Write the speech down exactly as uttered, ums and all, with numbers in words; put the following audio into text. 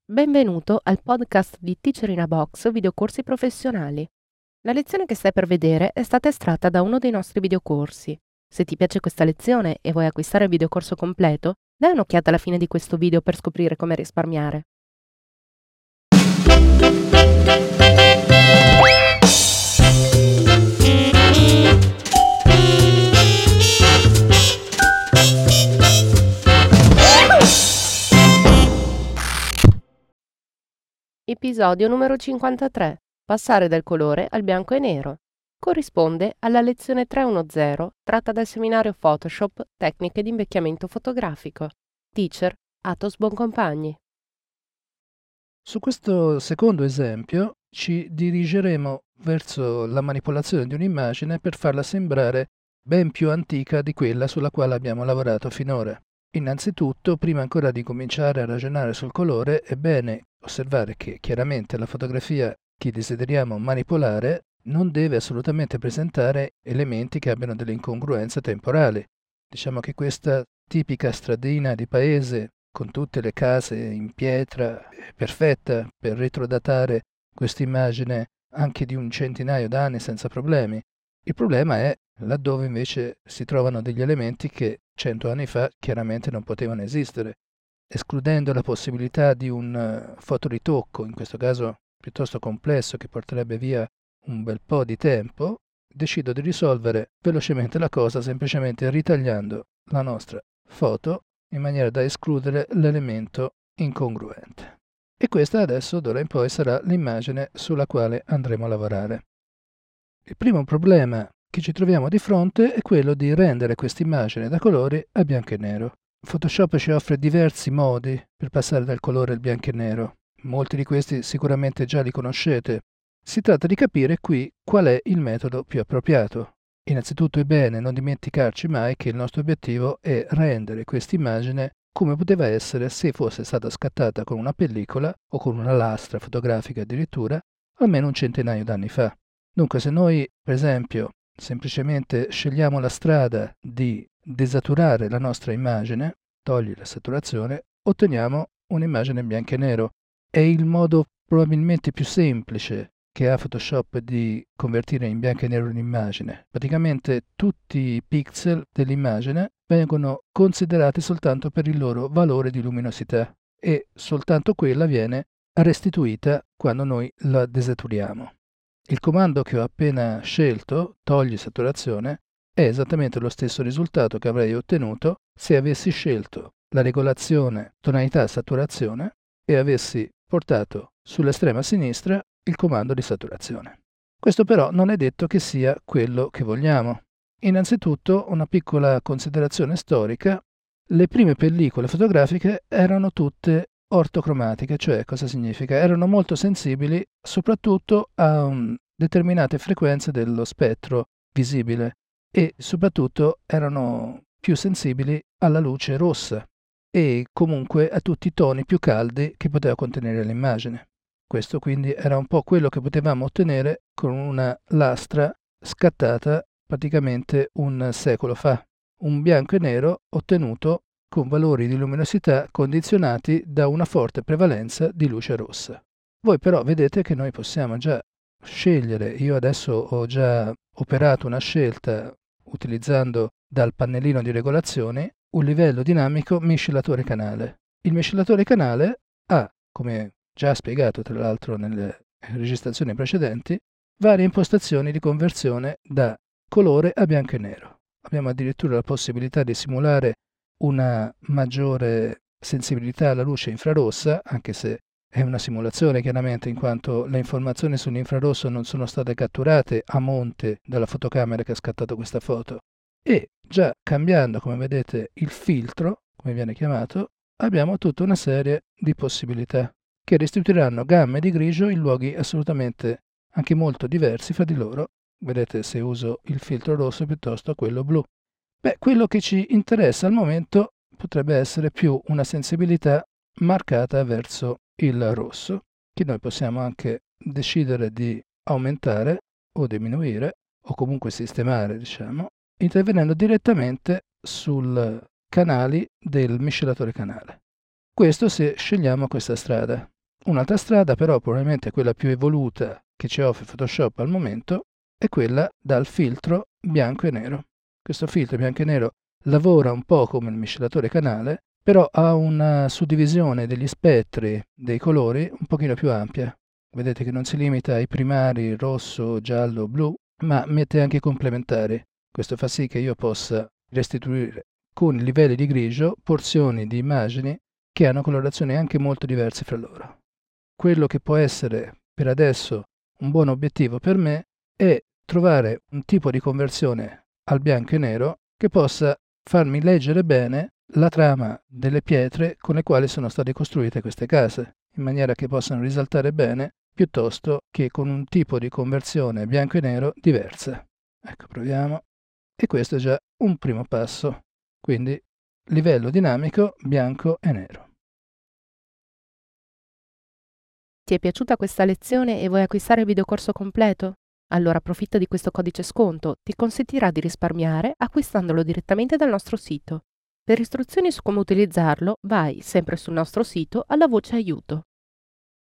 Benvenuto al podcast di Teacher in a Box videocorsi professionali. La lezione che stai per vedere è stata estratta da uno dei nostri videocorsi. Se ti piace questa lezione e vuoi acquistare il videocorso completo, dai un'occhiata alla fine di questo video per scoprire come risparmiare. Episodio numero cinquantatré. Passare dal colore al bianco e nero. Corrisponde alla lezione trecentodicannove tratta dal seminario Photoshop Tecniche di invecchiamento fotografico. Teacher Athos Boncompagni. Su questo secondo esempio ci dirigeremo verso la manipolazione di un'immagine per farla sembrare ben più antica di quella sulla quale abbiamo lavorato finora. Innanzitutto, prima ancora di cominciare a ragionare sul colore, è bene osservare che chiaramente la fotografia che desideriamo manipolare non deve assolutamente presentare elementi che abbiano delle incongruenze temporali. Diciamo che questa tipica stradina di paese con tutte le case in pietra è perfetta per retrodatare questa immagine anche di un centinaio d'anni senza problemi. Il problema è laddove invece si trovano degli elementi che cento anni fa chiaramente non potevano esistere. Escludendo la possibilità di un fotoritocco, in questo caso piuttosto complesso, che porterebbe via un bel po' di tempo, decido di risolvere velocemente la cosa semplicemente ritagliando la nostra foto in maniera da escludere l'elemento incongruente. E questa adesso, d'ora in poi, sarà l'immagine sulla quale andremo a lavorare. Il primo problema che ci troviamo di fronte è quello di rendere questa immagine da colori a bianco e nero. Photoshop ci offre diversi modi per passare dal colore al bianco e nero. Molti di questi sicuramente già li conoscete. Si tratta di capire qui qual è il metodo più appropriato. Innanzitutto è bene non dimenticarci mai che il nostro obiettivo è rendere questa immagine come poteva essere se fosse stata scattata con una pellicola o con una lastra fotografica addirittura almeno un centinaio d'anni fa. Dunque se noi, per esempio, semplicemente scegliamo la strada di desaturare la nostra immagine, togli la saturazione, otteniamo un'immagine in bianco e nero. È il modo probabilmente più semplice che ha Photoshop di convertire in bianco e nero un'immagine. Praticamente tutti i pixel dell'immagine vengono considerati soltanto per il loro valore di luminosità e soltanto quella viene restituita quando noi la desaturiamo. Il comando che ho appena scelto, togli saturazione, è esattamente lo stesso risultato che avrei ottenuto se avessi scelto la regolazione tonalità-saturazione e avessi portato sull'estrema sinistra il comando di saturazione. Questo però non è detto che sia quello che vogliamo. Innanzitutto, una piccola considerazione storica: le prime pellicole fotografiche erano tutte ortocromatiche, cioè cosa significa? Erano molto sensibili soprattutto a um, determinate frequenze dello spettro visibile e soprattutto erano più sensibili alla luce rossa e comunque a tutti i toni più caldi che poteva contenere l'immagine. Questo quindi era un po' quello che potevamo ottenere con una lastra scattata praticamente un secolo fa, un bianco e nero ottenuto con valori di luminosità condizionati da una forte prevalenza di luce rossa. Voi però vedete che noi possiamo già scegliere, io adesso ho già operato una scelta utilizzando dal pannellino di regolazioni un livello dinamico miscelatore canale. Il miscelatore canale ha, come già spiegato tra l'altro nelle registrazioni precedenti, varie impostazioni di conversione da colore a bianco e nero. Abbiamo addirittura la possibilità di simulare una maggiore sensibilità alla luce infrarossa, anche se è una simulazione chiaramente in quanto le informazioni sull'infrarosso non sono state catturate a monte dalla fotocamera che ha scattato questa foto. E già cambiando, come vedete, il filtro, come viene chiamato, abbiamo tutta una serie di possibilità che restituiranno gamme di grigio in luoghi assolutamente anche molto diversi fra di loro. Vedete se uso il filtro rosso piuttosto che quello blu. Beh, quello che ci interessa al momento potrebbe essere più una sensibilità marcata verso il rosso, che noi possiamo anche decidere di aumentare o diminuire, o comunque sistemare, diciamo, intervenendo direttamente sui canali del miscelatore canale. Questo se scegliamo questa strada. Un'altra strada, però, probabilmente quella più evoluta che ci offre Photoshop al momento, è quella dal filtro bianco e nero. Questo filtro bianco e nero lavora un po' come il miscelatore canale, però ha una suddivisione degli spettri dei colori un pochino più ampia. Vedete che non si limita ai primari rosso, giallo, blu, ma mette anche i complementari. Questo fa sì che io possa restituire con livelli di grigio porzioni di immagini che hanno colorazioni anche molto diverse fra loro. Quello che può essere per adesso un buon obiettivo per me è trovare un tipo di conversione al bianco e nero che possa farmi leggere bene la trama delle pietre con le quali sono state costruite queste case, in maniera che possano risaltare bene piuttosto che con un tipo di conversione bianco e nero diversa. Ecco, proviamo. E questo è già un primo passo. Quindi livello dinamico bianco e nero. Ti è piaciuta questa lezione e vuoi acquistare il videocorso completo? Allora approfitta di questo codice sconto, ti consentirà di risparmiare acquistandolo direttamente dal nostro sito. Per istruzioni su come utilizzarlo, vai sempre sul nostro sito alla voce aiuto.